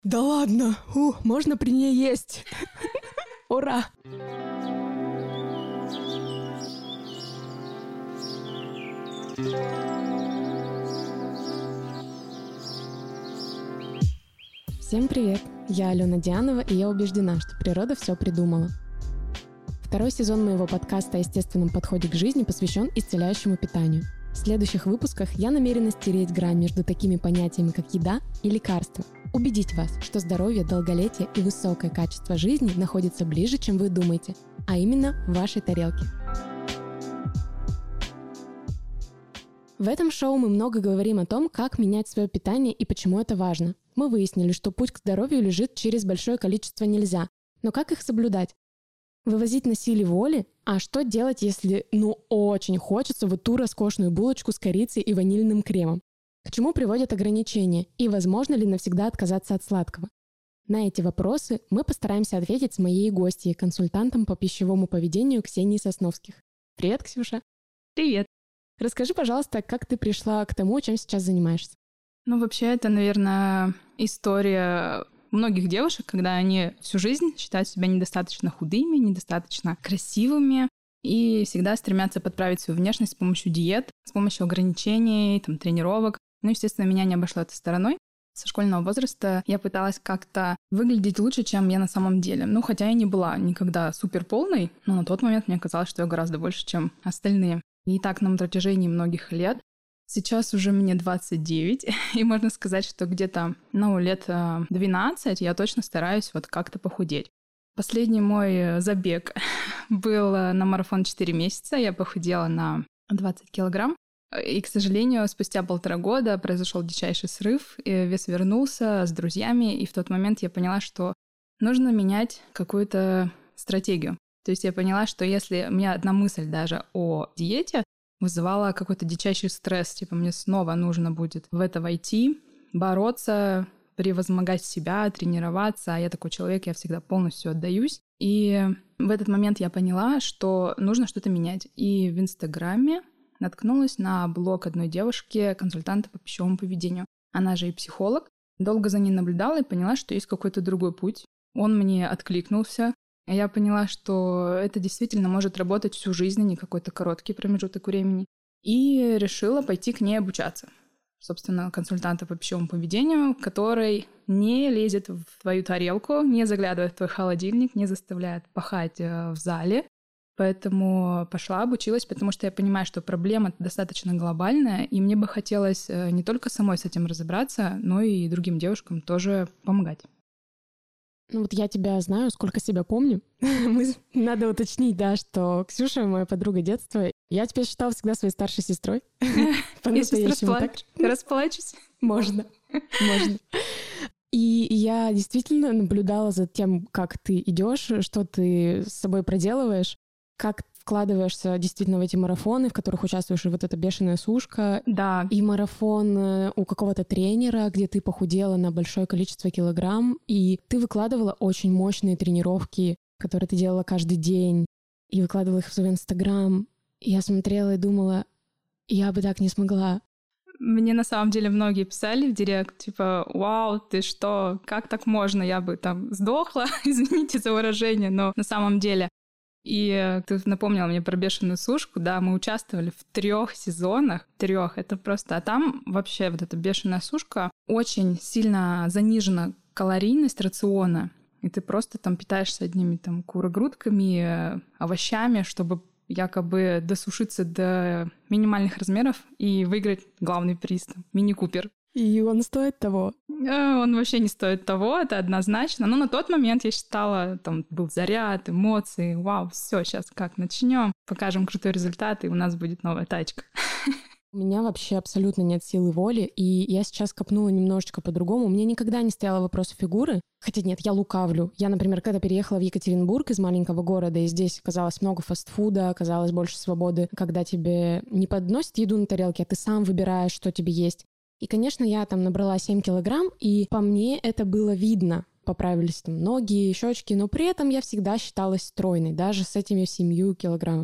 Да ладно, можно при ней есть. Ура! Всем привет! Я Алена Дианова, и я убеждена, что природа все придумала. Второй сезон моего подкаста о естественном подходе к жизни посвящен исцеляющему питанию. В следующих выпусках я намерена стереть грань между такими понятиями, как еда и лекарство. Убедить вас, что здоровье, долголетие и высокое качество жизни находятся ближе, чем вы думаете, а именно в вашей тарелке. В этом шоу мы много говорим о том, как менять свое питание и почему это важно. Мы выяснили, что путь к здоровью лежит через большое количество нельзя, но как их соблюдать? Вывозить на силе воли? А что делать, если очень хочется вот ту роскошную булочку с корицей и ванильным кремом? К чему приводят ограничения? И возможно ли навсегда отказаться от сладкого? На эти вопросы мы постараемся ответить с моей гостьей, консультантом по пищевому поведению Ксенией Сосновских. Привет, Ксюша! Привет! Расскажи, пожалуйста, как ты пришла к тому, чем сейчас занимаешься? Вообще, это, наверное, история многих девушек, когда они всю жизнь считают себя недостаточно худыми, недостаточно красивыми и всегда стремятся подправить свою внешность с помощью диет, с помощью ограничений, тренировок. Естественно, меня не обошло это стороной. Со школьного возраста я пыталась как-то выглядеть лучше, чем я на самом деле. Хотя я не была никогда супер полной, но на тот момент мне казалось, что я гораздо больше, чем остальные. И так на протяжении многих лет. Сейчас уже мне 29, и можно сказать, что где-то, лет 12 я точно стараюсь как-то похудеть. Последний мой забег был на марафон 4 месяца, я похудела на 20 килограмм. И, к сожалению, спустя 1,5 года произошел дичайший срыв, и вес вернулся с друзьями, и в тот момент я поняла, что нужно менять какую-то стратегию. То есть я поняла, что если у меня одна мысль даже о диете вызывала какой-то дичайший стресс, мне снова нужно будет в это войти, бороться, превозмогать себя, тренироваться, а я такой человек, я всегда полностью отдаюсь. И в этот момент я поняла, что нужно что-то менять. И в Инстаграме наткнулась на блог одной девушки, консультанта по пищевому поведению. Она же и психолог. Долго за ней наблюдала и поняла, что есть какой-то другой путь. Он мне откликнулся. Я поняла, что это действительно может работать всю жизнь, не какой-то короткий промежуток времени. И решила пойти к ней обучаться. Собственно, консультанта по пищевому поведению, который не лезет в твою тарелку, не заглядывает в твой холодильник, не заставляет пахать в зале. Поэтому пошла, обучилась, потому что я понимаю, что проблема достаточно глобальная, и мне бы хотелось не только самой с этим разобраться, но и другим девушкам тоже помогать. Я тебя знаю, сколько себя помню. Надо уточнить, что Ксюша моя подруга детства. Я тебя считала всегда своей старшей сестрой. Я сейчас расплачусь. Можно. И я действительно наблюдала за тем, как ты идешь, что ты с собой проделываешь, как вкладываешься действительно в эти марафоны, в которых участвуешь, и эта бешеная сушка. Да. И марафон у какого-то тренера, где ты похудела на большое количество килограмм, и ты выкладывала очень мощные тренировки, которые ты делала каждый день, и выкладывала их в свой Инстаграм. И я смотрела и думала, я бы так не смогла. Мне на самом деле многие писали в директ, вау, ты что, как так можно? Я бы сдохла, извините за выражение, но на самом деле... И ты напомнила мне про бешеную сушку. Да, мы участвовали в 3 сезонах. 3. Это просто... А там вообще эта бешеная сушка очень сильно занижена калорийность рациона. И ты просто питаешься одними курогрудками, овощами, чтобы якобы досушиться до минимальных размеров и выиграть главный приз. Мини-купер. И он стоит того? Он вообще не стоит того, это однозначно. Но на тот момент я считала, был заряд, эмоции. Вау, все, сейчас начнем, покажем крутой результат, и у нас будет новая тачка. У меня вообще абсолютно нет силы воли, и я сейчас копнула немножечко по-другому. У меня никогда не стояло вопроса фигуры. Хотя нет, я лукавлю. Я, например, когда переехала в Екатеринбург из маленького города, и здесь оказалось много фастфуда, оказалось больше свободы, когда тебе не подносят еду на тарелке, а ты сам выбираешь, что тебе есть. И, конечно, я набрала 7 килограмм, и по мне это было видно. Поправились ноги, щечки, но при этом я всегда считалась стройной, даже с этими 7 килограммами.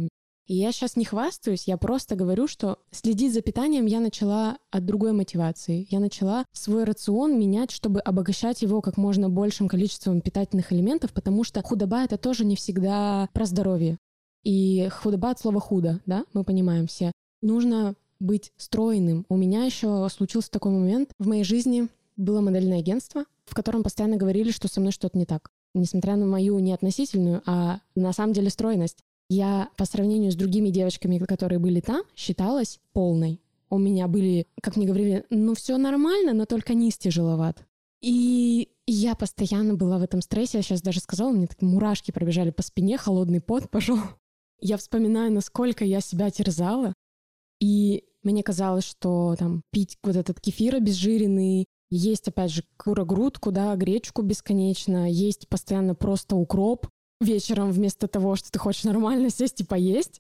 И я сейчас не хвастаюсь, я просто говорю, что следить за питанием я начала от другой мотивации. Я начала свой рацион менять, чтобы обогащать его как можно большим количеством питательных элементов, потому что худоба — это тоже не всегда про здоровье. И худоба от слова «худо», да, мы понимаем все. Нужно быть стройным. У меня еще случился такой момент. В моей жизни было модельное агентство, в котором постоянно говорили, что со мной что-то не так. Несмотря на мою не относительную, а на самом деле стройность. Я по сравнению с другими девочками, которые были там, считалась полной. У меня были, как мне говорили, все нормально, но только низ тяжеловат. И я постоянно была в этом стрессе. Я сейчас даже сказала, мне так мурашки пробежали по спине, холодный пот пошел. Я вспоминаю, насколько я себя терзала. И мне казалось, что там пить вот этот кефир обезжиренный, есть, опять же, курогрудку, да, гречку бесконечно, есть постоянно просто укроп вечером вместо того, что ты хочешь нормально сесть и поесть.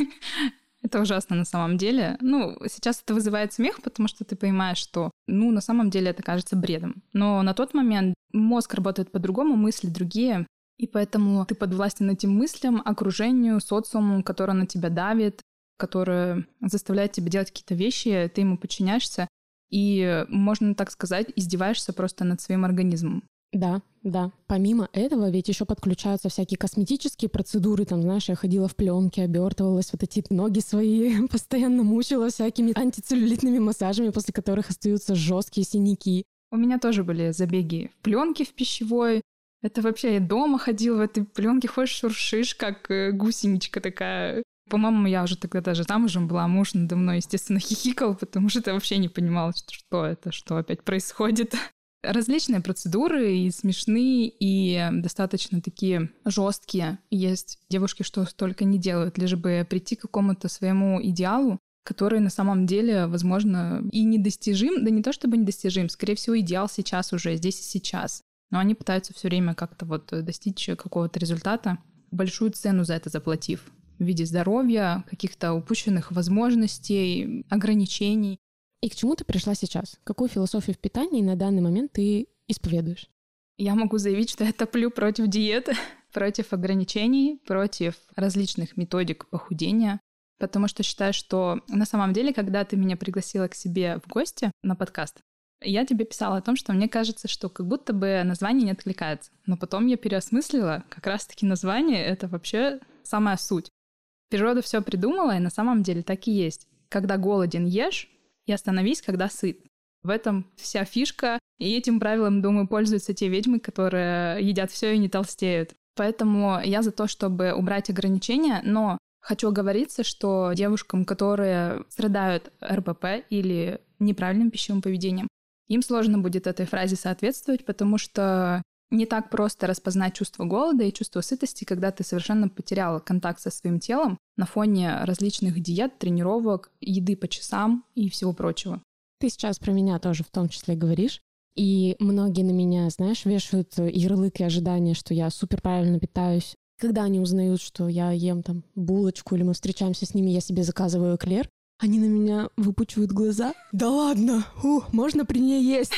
Это ужасно на самом деле. Сейчас это вызывает смех, потому что ты понимаешь, что, на самом деле это кажется бредом. Но на тот момент мозг работает по-другому, мысли другие, и поэтому ты подвластен этим мыслям, окружению, социуму, которое на тебя давит, которое заставляет тебя делать какие-то вещи, ты ему подчиняешься, и, можно так сказать, издеваешься просто над своим организмом. Да. Помимо этого, ведь еще подключаются всякие косметические процедуры. Там, знаешь, я ходила в пленке, обертывалась, вот эти ноги свои постоянно мучила всякими антицеллюлитными массажами, после которых остаются жесткие синяки. У меня тоже были забеги в пленке в пищевой. Это вообще я дома ходила в этой пленке, ходишь, шуршишь, как гусеничка такая. По-моему, я уже тогда даже замужем была, муж надо мной, естественно, хихикал, потому что я вообще не понимала, что это, что опять происходит. Различные процедуры, и смешные, и достаточно такие жесткие. Есть девушки, что только не делают, лишь бы прийти к какому-то своему идеалу, который на самом деле, возможно, и недостижим. Да не то чтобы недостижим, скорее всего, идеал сейчас уже, здесь и сейчас. Но они пытаются все время как-то достичь какого-то результата, большую цену за это заплатив в виде здоровья, каких-то упущенных возможностей, ограничений. И к чему ты пришла сейчас? Какую философию в питании на данный момент ты исповедуешь? Я могу заявить, что я топлю против диеты, против ограничений, против различных методик похудения, потому что считаю, что на самом деле, когда ты меня пригласила к себе в гости на подкаст, я тебе писала о том, что мне кажется, что как будто бы название не откликается. Но потом я переосмыслила, как раз-таки название — это вообще самая суть. Природа все придумала, и на самом деле так и есть. Когда голоден, ешь, и остановись, когда сыт. В этом вся фишка, и этим правилом, думаю, пользуются те ведьмы, которые едят все и не толстеют. Поэтому я за то, чтобы убрать ограничения, но хочу оговориться, что девушкам, которые страдают РПП или неправильным пищевым поведением, им сложно будет этой фразе соответствовать, потому что не так просто распознать чувство голода и чувство сытости, когда ты совершенно потерял контакт со своим телом на фоне различных диет, тренировок, еды по часам и всего прочего. Ты сейчас про меня тоже в том числе говоришь. И многие на меня, знаешь, вешают ярлык и ожидания, что я супер правильно питаюсь. Когда они узнают, что я ем там булочку или мы встречаемся с ними, я себе заказываю эклер, они на меня выпучивают глаза. Да ладно, можно при ней есть.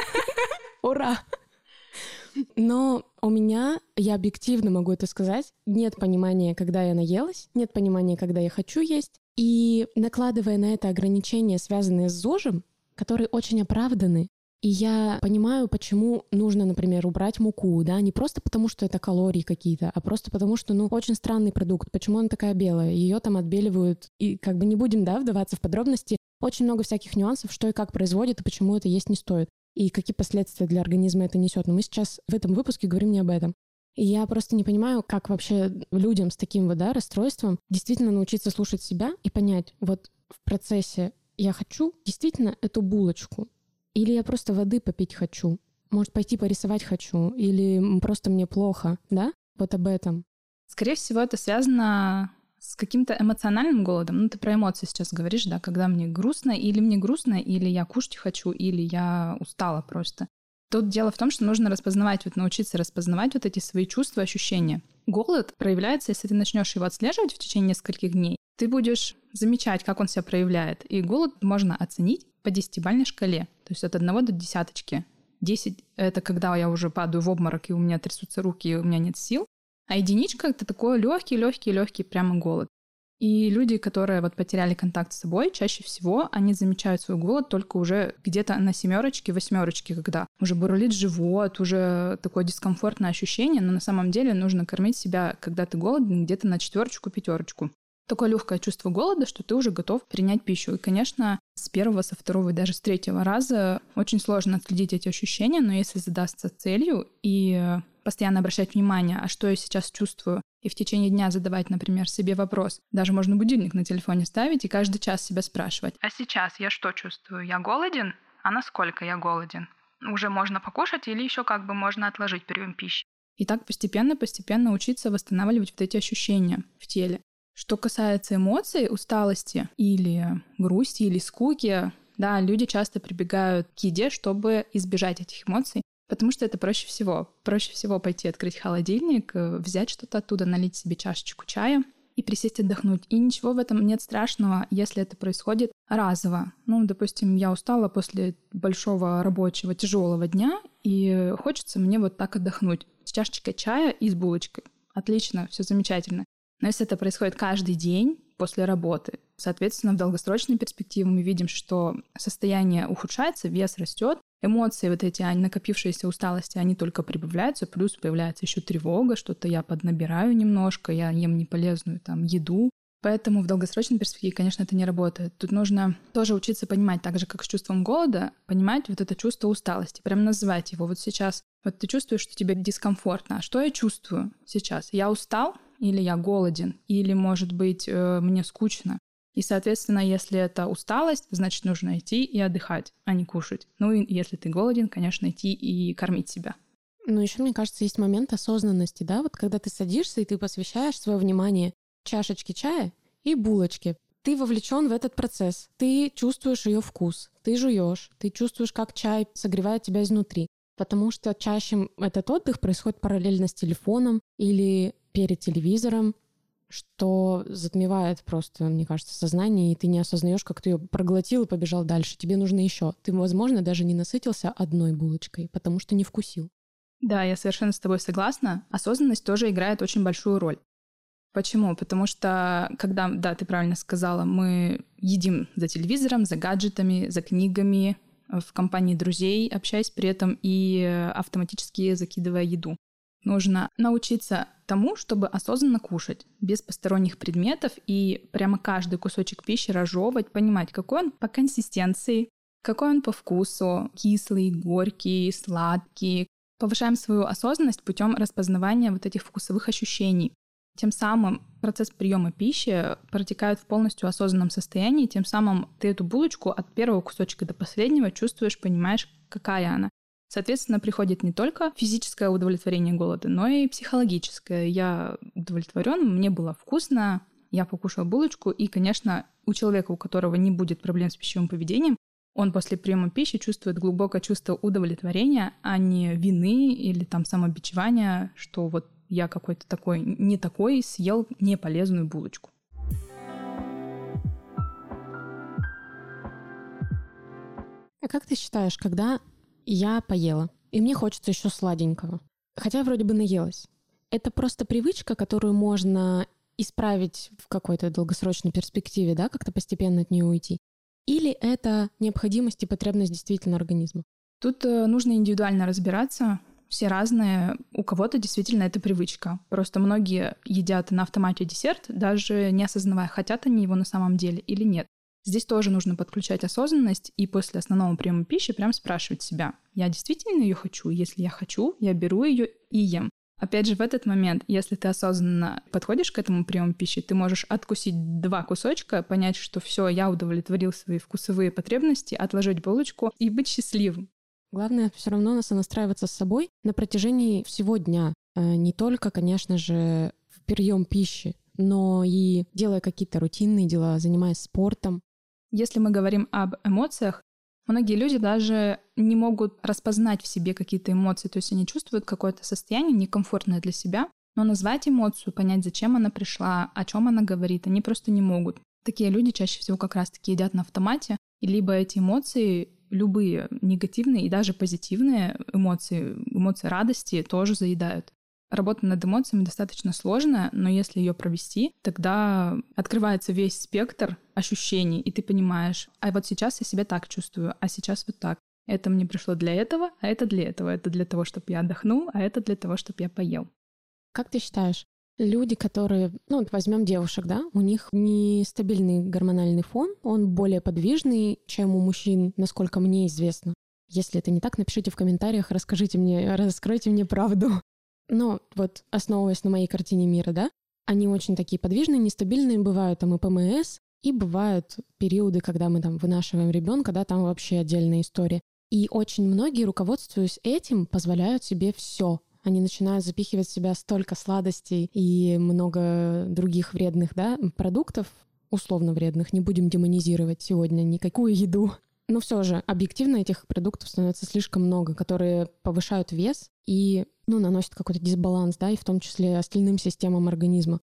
Ура! Но у меня, я объективно могу это сказать, нет понимания, когда я наелась, нет понимания, когда я хочу есть. И накладывая на это ограничения, связанные с ЗОЖем, которые очень оправданы, и я понимаю, почему нужно, например, убрать муку, да, не просто потому, что это калории какие-то, а просто потому, что, очень странный продукт, почему она такая белая, ее там отбеливают, и как бы не будем, да, вдаваться в подробности, очень много всяких нюансов, что и как производит, и почему это есть не стоит, и какие последствия для организма это несет. Но мы сейчас в этом выпуске говорим не об этом. И я просто не понимаю, как вообще людям с таким расстройством действительно научиться слушать себя и понять, в процессе я хочу действительно эту булочку, или я просто воды попить хочу, может, пойти порисовать хочу, или просто мне плохо, да? Об этом. Скорее всего, это связано с каким-то эмоциональным голодом. Ты про эмоции сейчас говоришь, да, когда мне грустно, или я кушать хочу, или я устала просто. Тут дело в том, что нужно научиться распознавать эти свои чувства, ощущения. Голод проявляется, если ты начнешь его отслеживать в течение нескольких дней, ты будешь замечать, как он себя проявляет. И голод можно оценить по 10-бальной шкале, то есть от 1 до 10. 10 — это когда я уже падаю в обморок, и у меня трясутся руки, и у меня нет сил. А единичка — это такой легкий прямо голод. И люди, которые вот потеряли контакт с собой, чаще всего они замечают свой голод только уже где-то на 7-очке, 8-очке, когда уже бурлит живот, уже такое дискомфортное ощущение, но на самом деле нужно кормить себя, когда ты голоден, где-то на 4-ку, 5-ку. Такое легкое чувство голода, что ты уже готов принять пищу. И, конечно, с 1-го, со 2-го и даже с 3-го раза очень сложно отследить эти ощущения, но если задастся целью и постоянно обращать внимание, а что я сейчас чувствую, и в течение дня задавать, например, себе вопрос. Даже можно будильник на телефоне ставить и каждый час себя спрашивать. А сейчас я что чувствую? Я голоден? А насколько я голоден? Уже можно покушать или еще как бы можно отложить прием пищи? И так постепенно учиться восстанавливать вот эти ощущения в теле. Что касается эмоций, усталости или грусти, или скуки, да, люди часто прибегают к еде, чтобы избежать этих эмоций, потому что это проще всего. Проще всего пойти открыть холодильник, взять что-то оттуда, налить себе чашечку чая и присесть отдохнуть. И ничего в этом нет страшного, если это происходит разово. Ну, допустим, я устала после большого рабочего тяжелого дня, и хочется мне вот так отдохнуть. С чашечкой чая и с булочкой. Отлично, все замечательно. Но если это происходит каждый день после работы, соответственно, в долгосрочной перспективе мы видим, что состояние ухудшается, вес растет, эмоции вот эти, накопившиеся усталости, они только прибавляются, плюс появляется еще тревога, что-то я поднабираю немножко, я ем неполезную там еду. Поэтому в долгосрочной перспективе, конечно, это не работает. Тут нужно тоже учиться понимать, так же, как с чувством голода, понимать вот это чувство усталости, прям называть его. Вот сейчас, вот ты чувствуешь, что тебе дискомфортно. А что я чувствую сейчас? Я устал? Или я голоден? Или, может быть, мне скучно? И, соответственно, если это усталость, значит, нужно идти и отдыхать, а не кушать. Ну и если ты голоден, конечно, идти и кормить себя. Ну, еще, мне кажется, есть момент осознанности, да, вот когда ты садишься и ты посвящаешь свое внимание чашечке чая и булочке. Ты вовлечен в этот процесс, ты чувствуешь ее вкус, ты жуешь, ты чувствуешь, как чай согревает тебя изнутри. Потому что чаще этот отдых происходит параллельно с телефоном или перед телевизором, что затмевает просто, мне кажется, сознание, и ты не осознаешь, как ты ее проглотил и побежал дальше. Тебе нужно еще. Ты, возможно, даже не насытился одной булочкой, потому что не вкусил. Да, я совершенно с тобой согласна. Осознанность тоже играет очень большую роль. Почему? Потому что, когда, да, ты правильно сказала, мы едим за телевизором, за гаджетами, за книгами, в компании друзей, общаясь при этом и автоматически закидывая еду. Нужно научиться тому, чтобы осознанно кушать, без посторонних предметов, и прямо каждый кусочек пищи разжевывать, понимать, какой он по консистенции, какой он по вкусу, кислый, горький, сладкий. Повышаем свою осознанность путем распознавания вот этих вкусовых ощущений. Тем самым процесс приема пищи протекает в полностью осознанном состоянии, тем самым ты эту булочку от первого кусочка до последнего чувствуешь, понимаешь, какая она. Соответственно, приходит не только физическое удовлетворение голода, но и психологическое. Я удовлетворен, мне было вкусно, я покушал булочку, и, конечно, у человека, у которого не будет проблем с пищевым поведением, он после приема пищи чувствует глубокое чувство удовлетворения, а не вины или там самобичевания, что вот я какой-то такой, не такой, съел неполезную булочку. А как ты считаешь, когда я поела, и мне хочется еще сладенького, хотя я вроде бы наелась, это просто привычка, которую можно исправить в какой-то долгосрочной перспективе, да, как-то постепенно от нее уйти? Или это необходимость и потребность действительно организма? Тут нужно индивидуально разбираться. Все разные. У кого-то действительно это привычка. Просто многие едят на автомате десерт, даже не осознавая, хотят они его на самом деле или нет. Здесь тоже нужно подключать осознанность и после основного приема пищи прям спрашивать себя, я действительно ее хочу? Если я хочу, я беру ее и ем. Опять же, в этот момент, если ты осознанно подходишь к этому приему пищи, ты можешь откусить 2 кусочка, понять, что все, я удовлетворил свои вкусовые потребности, отложить булочку и быть счастливым. Главное все равно настраиваться с собой на протяжении всего дня. Не только, конечно же, в прием пищи, но и делая какие-то рутинные дела, занимаясь спортом. Если мы говорим об эмоциях, многие люди даже не могут распознать в себе какие-то эмоции, то есть они чувствуют какое-то состояние некомфортное для себя, но назвать эмоцию, понять, зачем она пришла, о чем она говорит, они просто не могут. Такие люди чаще всего как раз-таки едят на автомате, и либо эти эмоции, любые негативные и даже позитивные эмоции радости тоже заедают. Работа над эмоциями достаточно сложная, но если ее провести, тогда открывается весь спектр ощущений, и ты понимаешь, а вот сейчас я себя так чувствую, а сейчас вот так. Это мне пришло для этого, а это для этого. Это для того, чтобы я отдохнул, а это для того, чтобы я поел. Как ты считаешь, люди, которые, вот возьмем девушек, да, у них нестабильный гормональный фон, он более подвижный, чем у мужчин, насколько мне известно. Если это не так, напишите в комментариях, раскройте мне правду. Но вот основываясь на моей картине мира, да, они очень такие подвижные, нестабильные, бывают там и ПМС, и бывают периоды, когда мы там вынашиваем ребенка, да, там вообще отдельная история. И очень многие, руководствуясь этим, позволяют себе все. Они начинают запихивать в себя столько сладостей и много других вредных, да, продуктов, условно вредных, не будем демонизировать сегодня никакую еду. Но все же объективно этих продуктов становится слишком много, которые повышают вес и наносят какой-то дисбаланс, да, и в том числе остальным системам организма.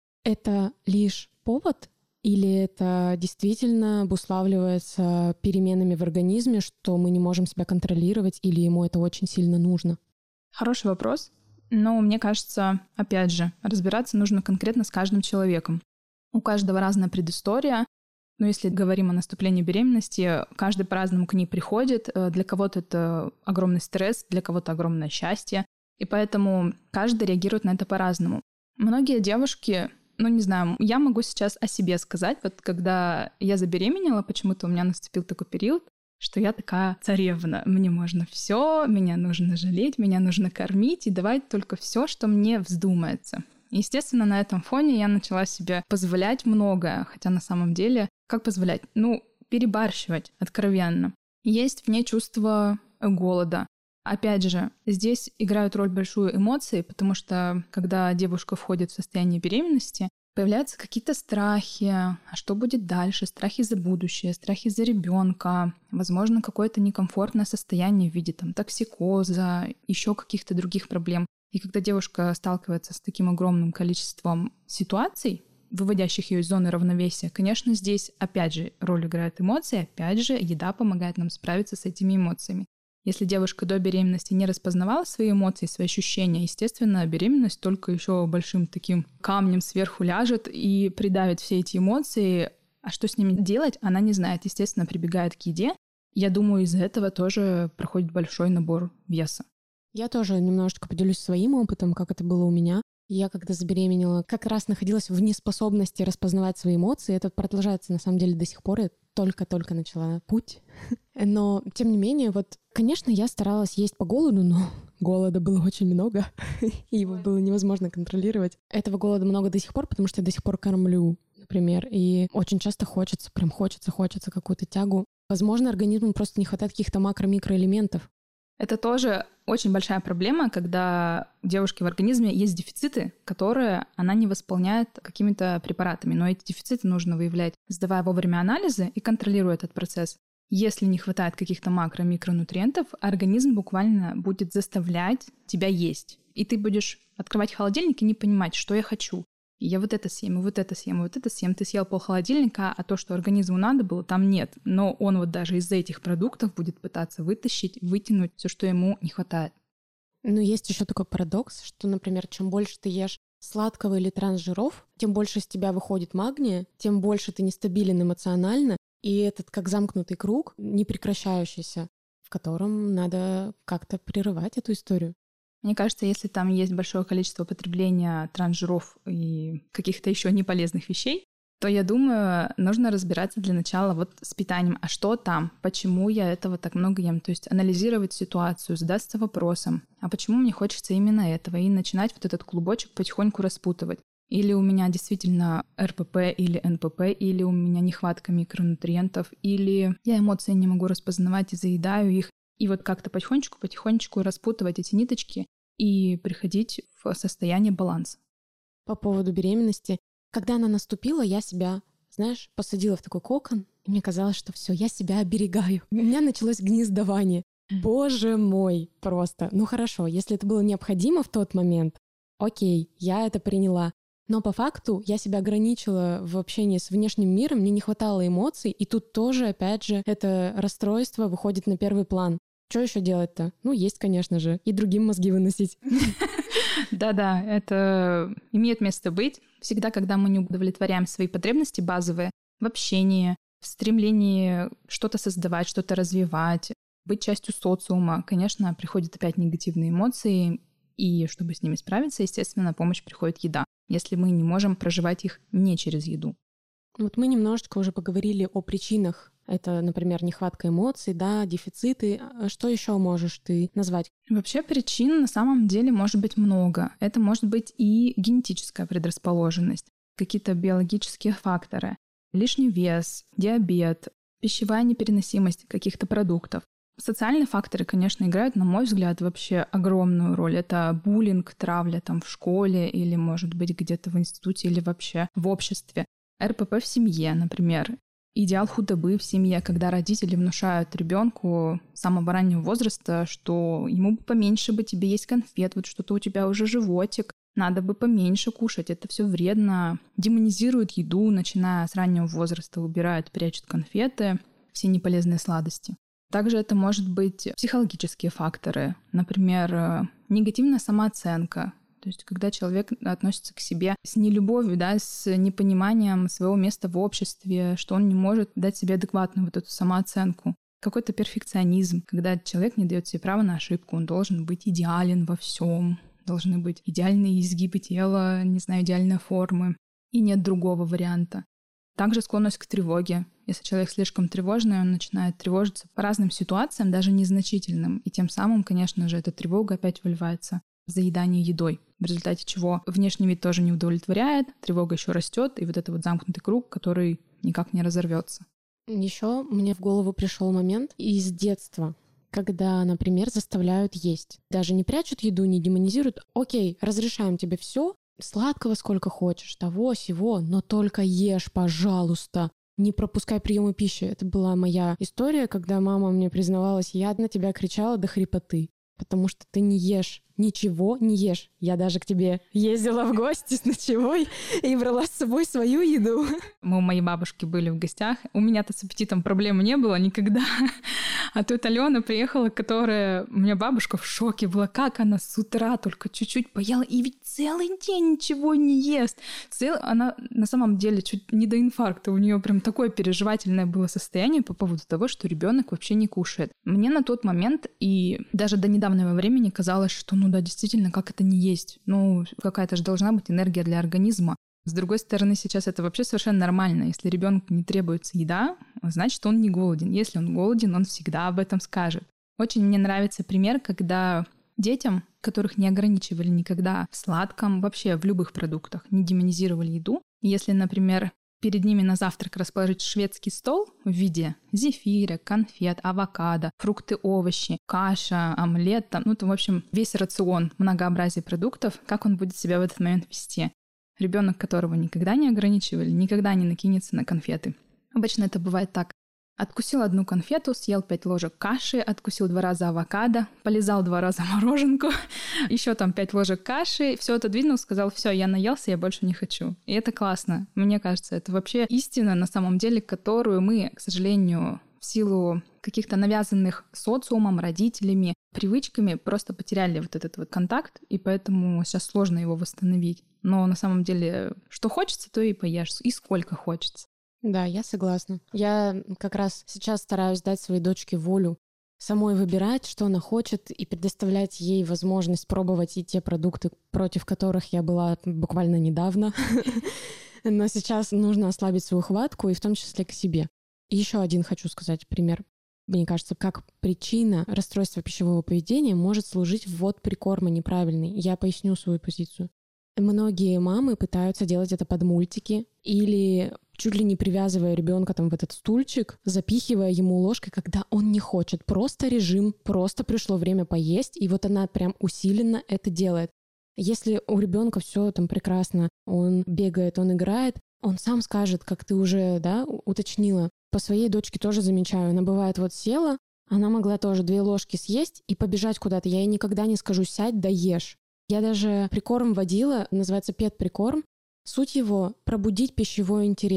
Это лишь повод или это действительно обуславливается переменами в организме, что мы не можем себя контролировать или ему это очень сильно нужно? Хороший вопрос. Но мне кажется, опять же, разбираться нужно конкретно с каждым человеком. У каждого разная предыстория. Но если говорим о наступлении беременности, каждый по-разному к ней приходит. Для кого-то это огромный стресс, для кого-то огромное счастье. И поэтому каждый реагирует на это по-разному. Многие девушки, не знаю, я могу сейчас о себе сказать. Вот когда я забеременела, почему-то у меня наступил такой период, что я такая царевна. Мне можно все, меня нужно жалеть, меня нужно кормить и давать только все, что мне вздумается. Естественно, на этом фоне я начала себе позволять многое, хотя на самом деле, как позволять? Перебарщивать откровенно. Есть в ней чувство голода. Опять же, здесь играют роль большую эмоции, потому что когда девушка входит в состояние беременности, появляются какие-то страхи, а что будет дальше, страхи за будущее, страхи за ребенка, возможно, какое-то некомфортное состояние в виде токсикоза, еще каких-то других проблем. И когда девушка сталкивается с таким огромным количеством ситуаций, выводящих ее из зоны равновесия, конечно, здесь опять же роль играет эмоции, опять же еда помогает нам справиться с этими эмоциями. Если девушка до беременности не распознавала свои эмоции, свои ощущения, естественно, беременность только еще большим таким камнем сверху ляжет и придавит все эти эмоции. А что с ними делать, она не знает. Естественно, прибегает к еде. Я думаю, из-за этого тоже проходит большой набор веса. Я тоже немножечко поделюсь своим опытом, как это было у меня. Я, когда забеременела, как раз находилась в неспособности распознавать свои эмоции. Это продолжается, на самом деле, до сих пор. Я только-только начала путь. Но, тем не менее, конечно, я старалась есть по голоду, но голода было очень много, и его было невозможно контролировать. Этого голода много до сих пор, потому что я до сих пор кормлю, например, и очень часто хочется какую-то тягу. Возможно, организму просто не хватает каких-то макро-микроэлементов. Это тоже очень большая проблема, когда у девушки в организме есть дефициты, которые она не восполняет какими-то препаратами. Но эти дефициты нужно выявлять, сдавая вовремя анализы и контролируя этот процесс. Если не хватает каких-то макро-микронутриентов, организм буквально будет заставлять тебя есть. И ты будешь открывать холодильник и не понимать, что я хочу. И я вот это съем, и вот это съем, и вот это съем. Ты съел полхолодильника, а то, что организму надо было, там нет. Но он даже из этих продуктов будет пытаться вытянуть все, что ему не хватает. Но есть еще такой парадокс, что, например, чем больше ты ешь сладкого или трансжиров, тем больше из тебя выходит магния, тем больше ты нестабилен эмоционально, и этот как замкнутый круг, непрекращающийся, в котором надо как-то прерывать эту историю. Мне кажется, если там есть большое количество потребления трансжиров и каких-то еще неполезных вещей, то, я думаю, нужно разбираться для начала с питанием. А что там? Почему я этого так много ем? То есть анализировать ситуацию, задаться вопросом, а почему мне хочется именно этого? И начинать этот клубочек потихоньку распутывать. Или у меня действительно РПП или НПП, или у меня нехватка микронутриентов, или я эмоции не могу распознавать и заедаю их. И как-то потихонечку распутывать эти ниточки и приходить в состояние баланса. По поводу беременности. Когда она наступила, я себя, посадила в такой кокон, и мне казалось, что все, я себя оберегаю. У меня началось гнездование. Боже мой, просто. Хорошо, если это было необходимо в тот момент, окей, я это приняла. Но по факту я себя ограничила в общении с внешним миром, мне не хватало эмоций, и тут тоже, опять же, это расстройство выходит на первый план. Что еще делать-то? Ну, есть, конечно же, и другим мозги выносить. Да-да, это имеет место быть. Всегда, когда мы не удовлетворяем свои потребности базовые в общении, в стремлении что-то создавать, что-то развивать, быть частью социума, конечно, приходят опять негативные эмоции, и чтобы с ними справиться, естественно, на помощь приходит еда, если мы не можем проживать их не через еду. Вот мы немножечко уже поговорили о причинах. Это, например, нехватка эмоций, да, дефициты. Что еще можешь ты назвать? Вообще причин на самом деле может быть много. Это может быть и генетическая предрасположенность, какие-то биологические факторы, лишний вес, диабет, пищевая непереносимость каких-то продуктов. Социальные факторы, конечно, играют, на мой взгляд, вообще огромную роль. Это буллинг, травля там в школе или, может быть, где-то в институте или вообще в обществе. РПП в семье, например. Идеал худобы в семье, когда родители внушают ребенку с самого раннего возраста, что ему бы поменьше бы тебе есть конфет, вот что-то у тебя уже животик, надо бы поменьше кушать, это все вредно. Демонизируют еду, начиная с раннего возраста, убирают, прячут конфеты, все неполезные сладости. Также это может быть психологические факторы, например, негативная самооценка. То есть когда человек относится к себе с нелюбовью, да, с непониманием своего места в обществе, что он не может дать себе адекватную вот эту самооценку. Какой-то перфекционизм, когда человек не дает себе права на ошибку, он должен быть идеален во всем, должны быть идеальные изгибы тела, не знаю, идеальные формы, и нет другого варианта. Также склонность к тревоге. Если человек слишком тревожный, он начинает тревожиться по разным ситуациям, даже незначительным, и тем самым, конечно же, эта тревога опять выливается в заедание едой, в результате чего внешний вид тоже не удовлетворяет, тревога еще растет, и вот это вот замкнутый круг, который никак не разорвется. Еще мне в голову пришел момент из детства, когда, например, заставляют есть. Даже не прячут еду, не демонизируют. Окей, разрешаем тебе все, сладкого сколько хочешь, того, сего, но только ешь, пожалуйста. Не пропускай приемы пищи. Это была моя история, когда мама мне признавалась, я на тебя кричала до хрипоты, потому что ты не ешь. Ничего не ешь. Я даже к тебе ездила в гости с ночевой и брала с собой свою еду. Мы у моей бабушки были в гостях. У меня-то с аппетитом проблем не было никогда. А тут Алена приехала, которая... У меня бабушка в шоке была, как она с утра только чуть-чуть поела, и ведь целый день ничего не ест. Она на самом деле чуть не до инфаркта. У нее прям такое переживательное было состояние по поводу того, что ребенок вообще не кушает. Мне на тот момент и даже до недавнего времени казалось, что ну да, действительно, как это не есть? Ну, какая-то же должна быть энергия для организма. С другой стороны, сейчас это вообще совершенно нормально. Если ребенку не требуется еда, значит, он не голоден. Если он голоден, он всегда об этом скажет. Очень мне нравится пример, когда детям, которых не ограничивали никогда в сладком, вообще в любых продуктах, не демонизировали еду. Если, например, перед ними на завтрак расположить шведский стол в виде зефира, конфет, авокадо, фрукты, овощи, каша, омлет, там, в общем, весь рацион, многообразие продуктов, как он будет себя в этот момент вести. Ребенок, которого никогда не ограничивали, никогда не накинется на конфеты. Обычно это бывает так. Откусил одну конфету, съел 5 ложек каши, откусил 2 раза авокадо, полизал 2 раза мороженку, еще там 5 ложек каши, все отодвинул, сказал, все, я наелся, я больше не хочу. И это классно. Мне кажется, это вообще истина на самом деле, которую мы, к сожалению, в силу каких-то навязанных социумом, родителями, привычками просто потеряли вот этот вот контакт, и поэтому сейчас сложно его восстановить. Но на самом деле, что хочется, то и поешь, и сколько хочется. Да, я согласна. Я как раз сейчас стараюсь дать своей дочке волю самой выбирать, что она хочет, и предоставлять ей возможность пробовать и те продукты, против которых я была буквально недавно. Но сейчас нужно ослабить свою хватку, и в том числе к себе. И еще один хочу сказать пример. Мне кажется, как причина расстройства пищевого поведения может служить ввод прикорма неправильный. Я поясню свою позицию. Многие мамы пытаются делать это под мультики или чуть ли не привязывая ребенка там в этот стульчик, запихивая ему ложкой, когда он не хочет. Просто режим, просто пришло время поесть, и вот она прям усиленно это делает. Если у ребенка все там прекрасно, он бегает, он играет, он сам скажет, как ты уже, да, уточнила. По своей дочке тоже замечаю. Она бывает вот села, она могла тоже 2 ложки съесть и побежать куда-то. Я ей никогда не скажу «сядь, да ешь». Я даже прикорм вводила, называется пет-прикорм. Суть его — пробудить пищевой интерес.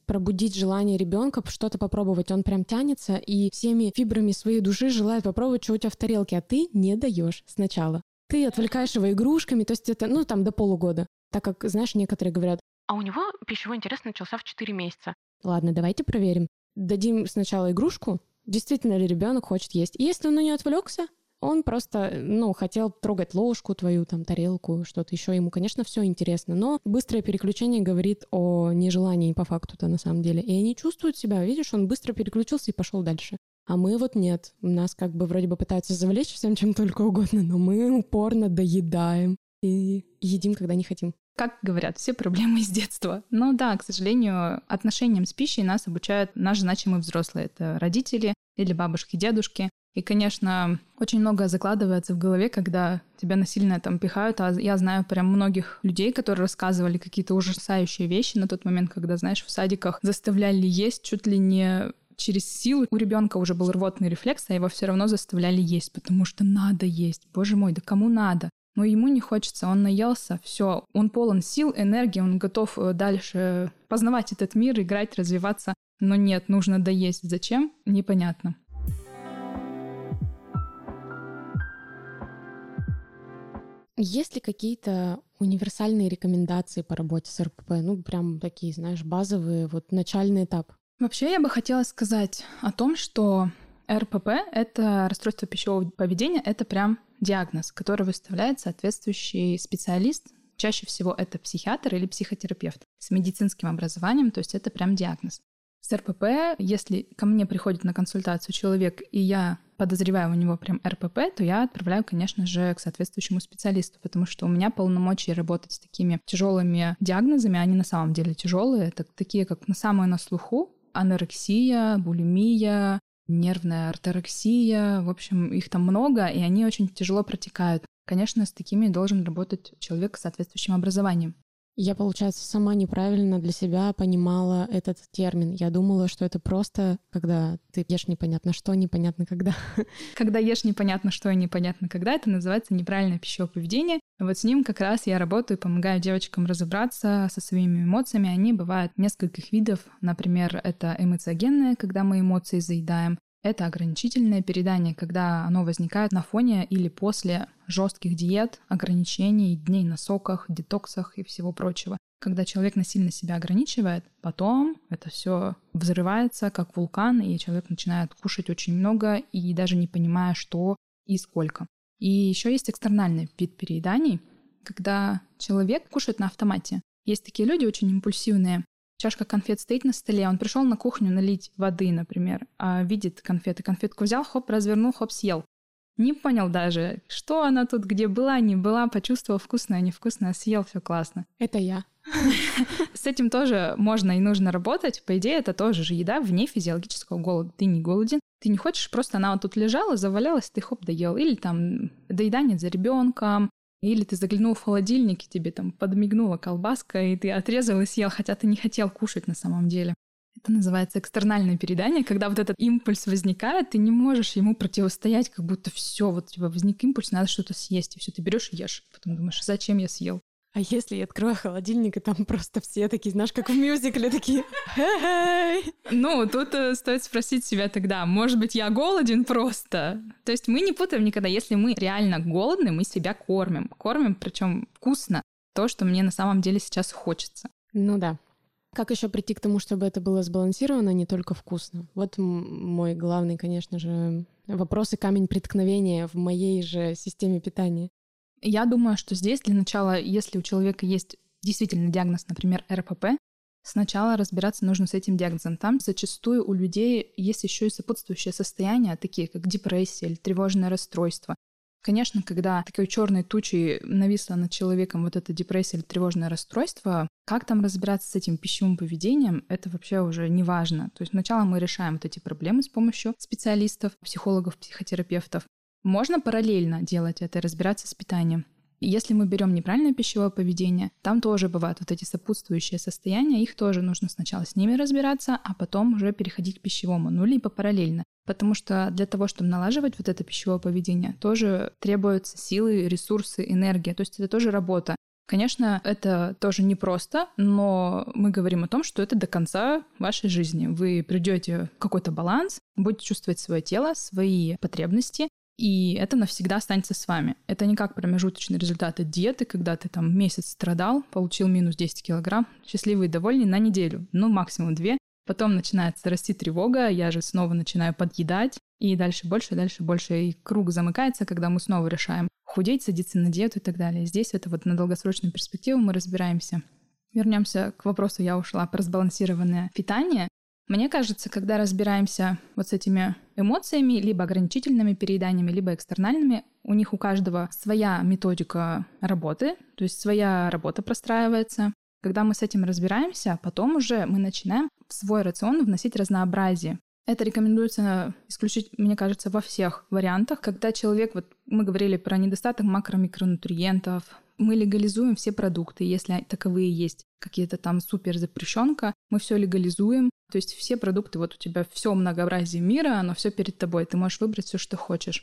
пробудить желание ребенка что-то попробовать. Он прям тянется и всеми фибрами своей души желает попробовать, что у тебя в тарелке, а ты не даешь сначала. Ты отвлекаешь его игрушками, то есть это, там до полугода. Так как, знаешь, некоторые говорят, а у него пищевой интерес начался в 4 месяца. Ладно, давайте проверим. Дадим сначала игрушку, действительно ли ребенок хочет есть. И если он на нее отвлекся, он просто, хотел трогать ложку твою, там, тарелку, что-то еще. Ему, конечно, все интересно. Но быстрое переключение говорит о нежелании по факту-то на самом деле. И они чувствуют себя. Видишь, он быстро переключился и пошел дальше. А мы вот нет. Нас как бы вроде бы пытаются завлечь всем чем только угодно, но мы упорно доедаем и едим, когда не хотим. Как говорят, все проблемы из детства. Но да, к сожалению, отношениям с пищей нас обучают наши значимые взрослые. Это родители или бабушки, дедушки. И, конечно, очень многое закладывается в голове, когда тебя насильно там пихают. А я знаю прям многих людей, которые рассказывали какие-то ужасающие вещи на тот момент, когда, знаешь, в садиках заставляли есть чуть ли не через силу. У ребенка уже был рвотный рефлекс, а его все равно заставляли есть, потому что надо есть. Боже мой, да кому надо? Но ему не хочется, он наелся, все, он полон сил, энергии, он готов дальше познавать этот мир, играть, развиваться. Но нет, нужно доесть. Зачем? Непонятно. Есть ли какие-то универсальные рекомендации по работе с РПП? Прям такие, знаешь, базовые, вот начальный этап. Вообще, я бы хотела сказать о том, что РПП — это расстройство пищевого поведения, это прям диагноз, который выставляет соответствующий специалист. Чаще всего это психиатр или психотерапевт с медицинским образованием, то есть это прям диагноз. С РПП, если ко мне приходит на консультацию человек, и я подозреваю у него прям РПП, то я отправляю, конечно же, к соответствующему специалисту, потому что у меня полномочия работать с такими тяжелыми диагнозами, они на самом деле тяжелые, это такие, как самые на слуху: анорексия, булимия, нервная орторексия, в общем, их там много, и они очень тяжело протекают. Конечно, с такими должен работать человек с соответствующим образованием. Я, получается, сама неправильно для себя понимала этот термин. Я думала, что это просто, когда ты ешь непонятно что, непонятно когда. Когда ешь непонятно что и непонятно когда, это называется неправильное пищевое поведение. Вот с ним как раз я работаю, помогаю девочкам разобраться со своими эмоциями. Они бывают нескольких видов. Например, это эмоциогенное, когда мы эмоции заедаем. Это ограничительное переедание, когда оно возникает на фоне или после жестких диет, ограничений, дней на соках, детоксах и всего прочего. Когда человек насильно себя ограничивает, потом это все взрывается, как вулкан, и человек начинает кушать очень много и даже не понимая, что и сколько. И еще есть экстернальный вид перееданий, когда человек кушает на автомате. Есть такие люди очень импульсивные. Чашка конфет стоит на столе, он пришел на кухню налить воды, например, а видит конфеты. Конфетку взял, хоп, развернул, хоп, съел. Не понял даже, что она тут, где была, не была, почувствовал вкусное, невкусное, съел, все классно. Это я. С этим тоже можно и нужно работать. По идее, это тоже же еда вне физиологического голода. Ты не голоден, ты не хочешь, просто она вот тут лежала, завалялась, ты хоп, доел. Или там доедание за ребенком. Или ты заглянул в холодильник, и тебе там подмигнула колбаска, и ты отрезал и съел, хотя ты не хотел кушать на самом деле. Это называется экстернальное переедание, когда вот этот импульс возникает, ты не можешь ему противостоять, как будто все, вот у тебя возник импульс, надо что-то съесть, и все, ты берешь и ешь. Потом думаешь, зачем я съел? А если я открою холодильник, и там просто все такие, знаешь, как в мюзикле, такие «Хей!» Ну, тут стоит спросить себя тогда, может быть, я голоден просто? То есть мы не путаем никогда. Если мы реально голодны, мы себя кормим. Кормим, причем вкусно, то, что мне на самом деле сейчас хочется. Ну да. Как еще прийти к тому, чтобы это было сбалансировано, не только вкусно? Вот мой главный, конечно же, вопрос и камень преткновения в моей же системе питания. Я думаю, что здесь для начала, если у человека есть действительно диагноз, например, РПП, сначала разбираться нужно с этим диагнозом. Там зачастую у людей есть еще и сопутствующие состояния, такие как депрессия или тревожное расстройство. Конечно, когда такой черной тучей нависла над человеком вот эта депрессия или тревожное расстройство, как там разбираться с этим пищевым поведением, это вообще уже не важно. То есть сначала мы решаем вот эти проблемы с помощью специалистов, психологов, психотерапевтов. Можно параллельно делать это и разбираться с питанием. И если мы берем неправильное пищевое поведение, там тоже бывают вот эти сопутствующие состояния, их тоже нужно сначала с ними разбираться, а потом уже переходить к пищевому, либо параллельно. Потому что для того, чтобы налаживать вот это пищевое поведение, тоже требуются силы, ресурсы, энергия, то есть это тоже работа. Конечно, это тоже непросто, но мы говорим о том, что это до конца вашей жизни. Вы придете в какой-то баланс, будете чувствовать свое тело, свои потребности, и это навсегда останется с вами. Это не как промежуточный результат от диеты, когда ты там месяц страдал, получил минус 10 килограмм, счастливый и довольный на неделю, ну максимум 2. Потом начинается расти тревога, я же снова начинаю подъедать, и дальше больше, и круг замыкается, когда мы снова решаем худеть, садиться на диету и так далее. Здесь это вот на долгосрочную перспективу мы разбираемся. Вернемся к вопросу, я ушла, про сбалансированное питание. Мне кажется, когда разбираемся вот с этими эмоциями, либо ограничительными перееданиями, либо экстернальными, у них у каждого своя методика работы, то есть своя работа простраивается. Когда мы с этим разбираемся, потом уже мы начинаем в свой рацион вносить разнообразие. Это рекомендуется исключить, мне кажется, во всех вариантах. Когда человек, вот мы говорили про недостаток макро-микронутриентов, мы легализуем все продукты, если таковые есть, какие-то там супер запрещенка, мы все легализуем. То есть все продукты, вот у тебя все многообразие мира, оно все перед тобой, ты можешь выбрать все, что хочешь.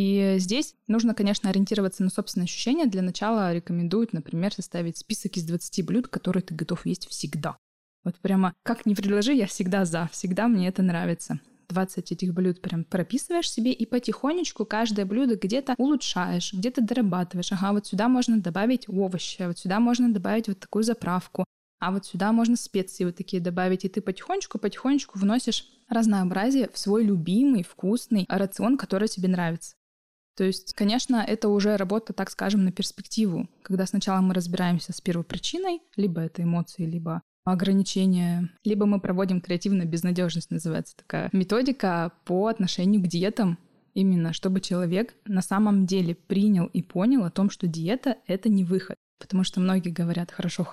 И здесь нужно, конечно, ориентироваться на собственные ощущения. Для начала рекомендуют, например, составить список из 20 блюд, которые ты готов есть всегда. Вот прямо как ни предложи, я всегда за, всегда мне это нравится. 20 этих блюд прям прописываешь себе и потихонечку каждое блюдо где-то улучшаешь, где-то дорабатываешь. Ага, вот сюда можно добавить овощи, вот сюда можно добавить вот такую заправку, а вот сюда можно специи вот такие добавить. И ты потихонечку вносишь разнообразие в свой любимый, вкусный рацион, который тебе нравится. То есть, конечно, это уже работа, так скажем, на перспективу, когда сначала мы разбираемся с первопричиной, либо это эмоции, либо ограничения, либо мы проводим креативно-безнадежность, называется такая методика по отношению к диетам, именно чтобы человек на самом деле принял и понял о том, что диета — это не выход. Потому что многие говорят «хорошо»,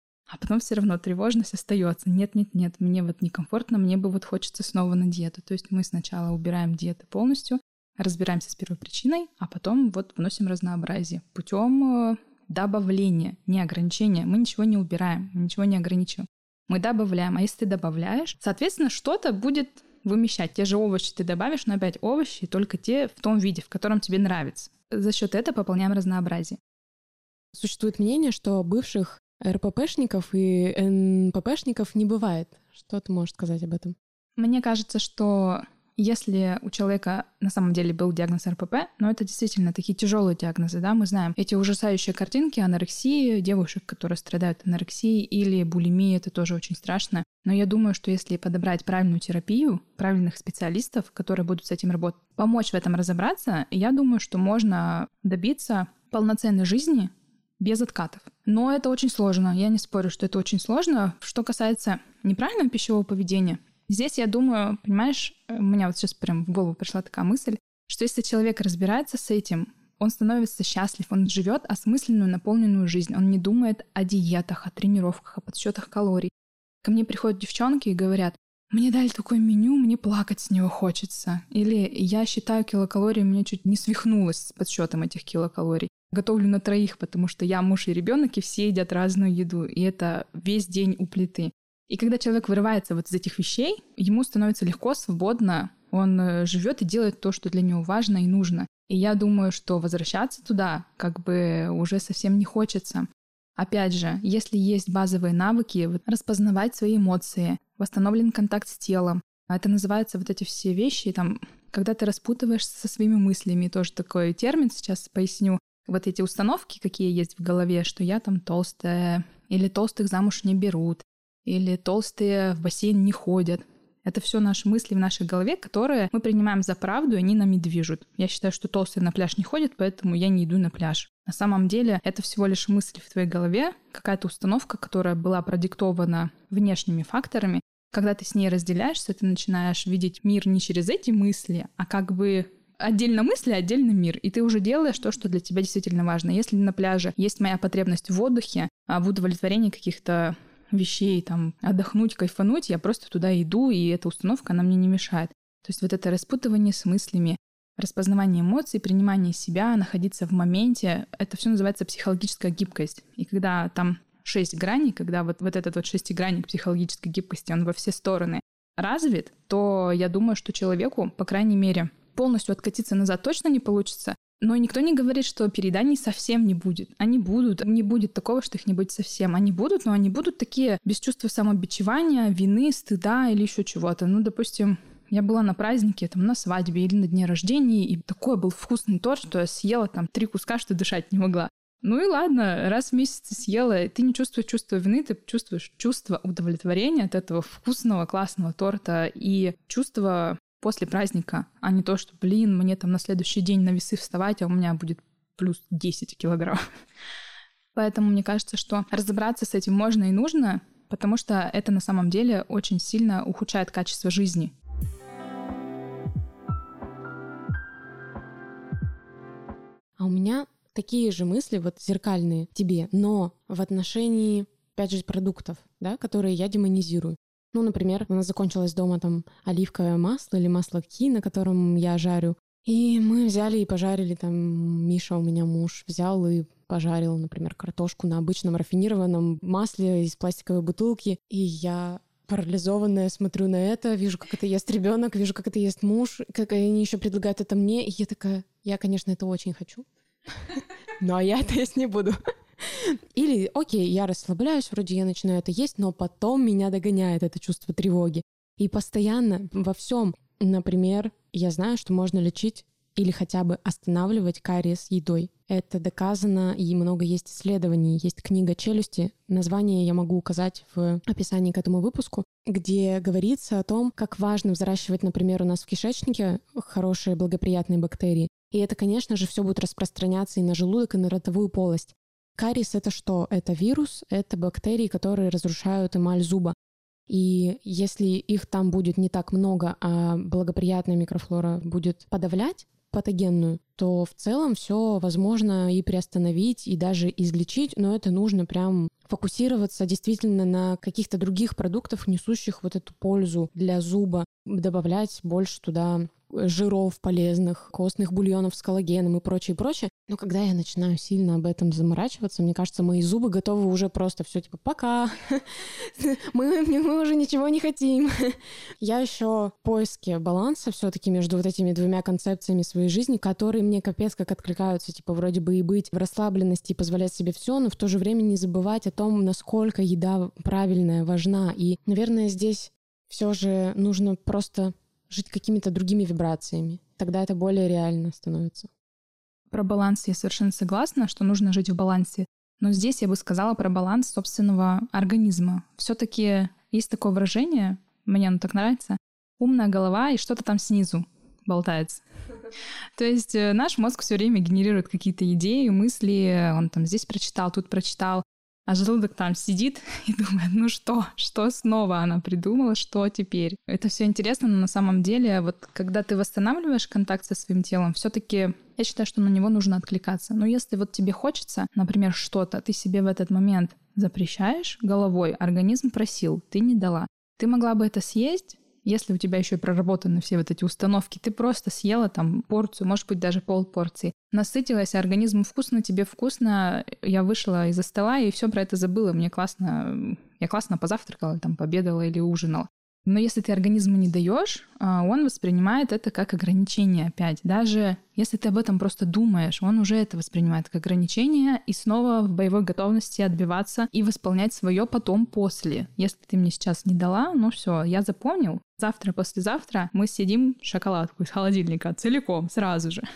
а потом все равно тревожность остается. Нет, мне вот некомфортно, мне бы вот хочется снова на диету. То есть мы сначала убираем диету полностью, разбираемся с первопричиной, а потом вот вносим разнообразие путем добавления, не ограничения. Мы ничего не убираем, ничего не ограничиваем. Мы добавляем. А если ты добавляешь, соответственно, что-то будет вымещать. Те же овощи ты добавишь, но опять овощи только те в том виде, в котором тебе нравится. За счет этого пополняем разнообразие. Существует мнение, что бывших РППшников и НППшников не бывает. Что ты можешь сказать об этом? Мне кажется, что если у человека на самом деле был диагноз РПП, но это действительно такие тяжелые диагнозы, да, мы знаем эти ужасающие картинки анорексии, девушек, которые страдают анорексией, или булимией, это тоже очень страшно. Но я думаю, что если подобрать правильную терапию, правильных специалистов, которые будут с этим работать, помочь в этом разобраться, я думаю, что можно добиться полноценной жизни без откатов. Но это очень сложно, я не спорю, что это очень сложно. Что касается неправильного пищевого поведения, здесь, я думаю, понимаешь, у меня вот сейчас прям в голову пришла такая мысль, что если человек разбирается с этим, он становится счастлив, он живет осмысленную, наполненную жизнь, он не думает о диетах, о тренировках, о подсчетах калорий. Ко мне приходят девчонки и говорят: мне дали такое меню, мне плакать с него хочется. Или я считаю килокалории, мне чуть не свихнулось с подсчетом этих килокалорий. Готовлю на 3, потому что я муж и ребенок, и все едят разную еду, и это весь день у плиты. И когда человек вырывается вот из этих вещей, ему становится легко, свободно, он живет и делает то, что для него важно и нужно. И я думаю, что возвращаться туда как бы уже совсем не хочется. Опять же, если есть базовые навыки, распознавать свои эмоции, восстановлен контакт с телом, это называется вот эти все вещи, там, когда ты распутываешься со своими мыслями, тоже такой термин, сейчас поясню, вот эти установки, какие есть в голове, что я там толстая, или толстых замуж не берут, или толстые в бассейн не ходят. Это все наши мысли в нашей голове, которые мы принимаем за правду, и они нами движут. Я считаю, что толстые на пляж не ходят, поэтому я не иду на пляж. На самом деле это всего лишь мысли в твоей голове, какая-то установка, которая была продиктована внешними факторами. Когда ты с ней разделяешься, ты начинаешь видеть мир не через эти мысли, а как бы отдельно мысли, отдельно мир. И ты уже делаешь то, что для тебя действительно важно. Если на пляже есть моя потребность в отдыхе, в удовлетворении каких-то вещей, там, отдохнуть, кайфануть, я просто туда иду, и эта установка, она мне не мешает. То есть вот это распутывание с мыслями, распознавание эмоций, принимание себя, находиться в моменте, это все называется психологическая гибкость. И когда там 6 граней, когда вот этот вот шестигранник психологической гибкости, он во все стороны развит, то я думаю, что человеку, по крайней мере, полностью откатиться назад точно не получится, Но никто не говорит, что перееданий совсем не будет. Они будут. Не будет такого, что их не будет совсем. Они будут, но они будут такие без чувства самобичевания, вины, стыда или еще чего-то. Ну, допустим, я была на празднике, там, на свадьбе или на дне рождения, и такой был вкусный торт, что я съела там 3 куска, что дышать не могла. Ну и ладно, раз в месяц ты съела, ты не чувствуешь чувство вины, ты чувствуешь чувство удовлетворения от этого вкусного, классного торта и чувство после праздника, а не то, что, мне там на следующий день на весы вставать, а у меня будет плюс 10 килограмм. Поэтому мне кажется, что разобраться с этим можно и нужно, потому что это на самом деле очень сильно ухудшает качество жизни. А у меня такие же мысли, вот зеркальные тебе, но в отношении, опять же, продуктов, да, которые я демонизирую. Ну, например, у нас закончилось дома там оливковое масло или масло ки, на котором я жарю. И мы взяли и пожарили там, Миша, у меня муж, взял и пожарил, например, картошку на обычном рафинированном масле из пластиковой бутылки. И я парализованная смотрю на это, вижу, как это ест ребенок, вижу, как это ест муж, как они еще предлагают это мне. И я такая, я, конечно, это очень хочу, но я это есть не буду. Или, окей, я расслабляюсь, вроде я начинаю это есть, но потом меня догоняет это чувство тревоги. И постоянно во всем. Например, я знаю, что можно лечить или хотя бы останавливать кариес едой. Это доказано, и много есть исследований. Есть книга «Челюсти», название я могу указать в описании к этому выпуску, где говорится о том, как важно взращивать, например, у нас в кишечнике хорошие благоприятные бактерии. И это, конечно же, все будет распространяться и на желудок, и на ротовую полость. Кариес — это что? Это вирус, это бактерии, которые разрушают эмаль зуба. И если их там будет не так много, а благоприятная микрофлора будет подавлять патогенную, то в целом все возможно и приостановить, и даже излечить, но это нужно прям фокусироваться действительно на каких-то других продуктах, несущих вот эту пользу для зуба, добавлять больше туда жиров полезных, костных бульонов с коллагеном и прочее, прочее. Но когда я начинаю сильно об этом заморачиваться, мне кажется, мои зубы готовы уже просто все типа пока, мы уже ничего не хотим. Я еще в поиске баланса все-таки между вот этими двумя концепциями своей жизни, которые мне капец как откликаются, типа вроде бы и быть в расслабленности и позволять себе все, но в то же время не забывать о том, насколько еда правильная, важна. И, наверное, здесь все же нужно просто жить какими-то другими вибрациями. Тогда это более реально становится. Про баланс я совершенно согласна, что нужно жить в балансе. Но здесь я бы сказала про баланс собственного организма. Все-таки есть такое выражение, мне оно так нравится, умная голова и что-то там снизу болтается. То есть наш мозг все время генерирует какие-то идеи, мысли, он там здесь прочитал, тут прочитал, а желудок там сидит и думает, ну что снова она придумала, что теперь? Это все интересно, но на самом деле, вот когда ты восстанавливаешь контакт со своим телом, все-таки я считаю, что на него нужно откликаться. Но если вот тебе хочется, например, что-то, ты себе в этот момент запрещаешь головой, организм просил, ты не дала. Ты могла бы это съесть, если у тебя еще и проработаны все вот эти установки, ты просто съела там порцию, может быть, даже полпорции. Насытилась, организму вкусно, тебе вкусно. Я вышла из-за стола и все про это забыла. Мне классно, я классно позавтракала, там, пообедала или ужинала. Но если ты организму не даешь, он воспринимает это как ограничение опять. Даже если ты об этом просто думаешь, он уже это воспринимает как ограничение и снова в боевой готовности отбиваться и восполнять свое потом после. Если ты мне сейчас не дала, ну все, я запомнил. Завтра, послезавтра мы съедим шоколадку из холодильника целиком, сразу же.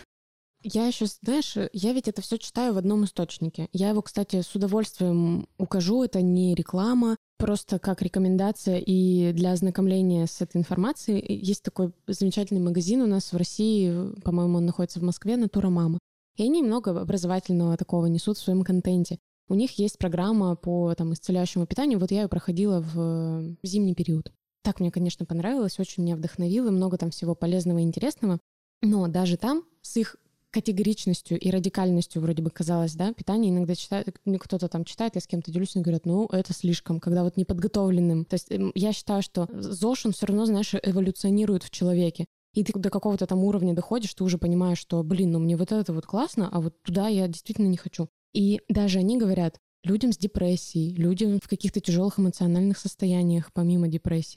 Я еще, знаешь, я ведь это все читаю в одном источнике. Я его, кстати, с удовольствием укажу, это не реклама, просто как рекомендация и для ознакомления с этой информацией. Есть такой замечательный магазин у нас в России, по-моему, он находится в Москве, «Натура Мама». И они много образовательного такого несут в своем контенте. У них есть программа по там, исцеляющему питанию, вот я ее проходила в зимний период. Так мне, конечно, понравилось, очень меня вдохновило, много там всего полезного и интересного. Но даже там с их категоричностью и радикальностью, вроде бы казалось, да, питание иногда читает, кто-то там читает, я с кем-то делюсь, и говорят, ну, это слишком, когда вот неподготовленным. То есть я считаю, что ЗОЖ, он все равно, знаешь, эволюционирует в человеке. И ты до какого-то там уровня доходишь, ты уже понимаешь, что, ну мне вот это вот классно, а вот туда я действительно не хочу. И даже они говорят, людям с депрессией, людям в каких-то тяжелых эмоциональных состояниях, помимо депрессии,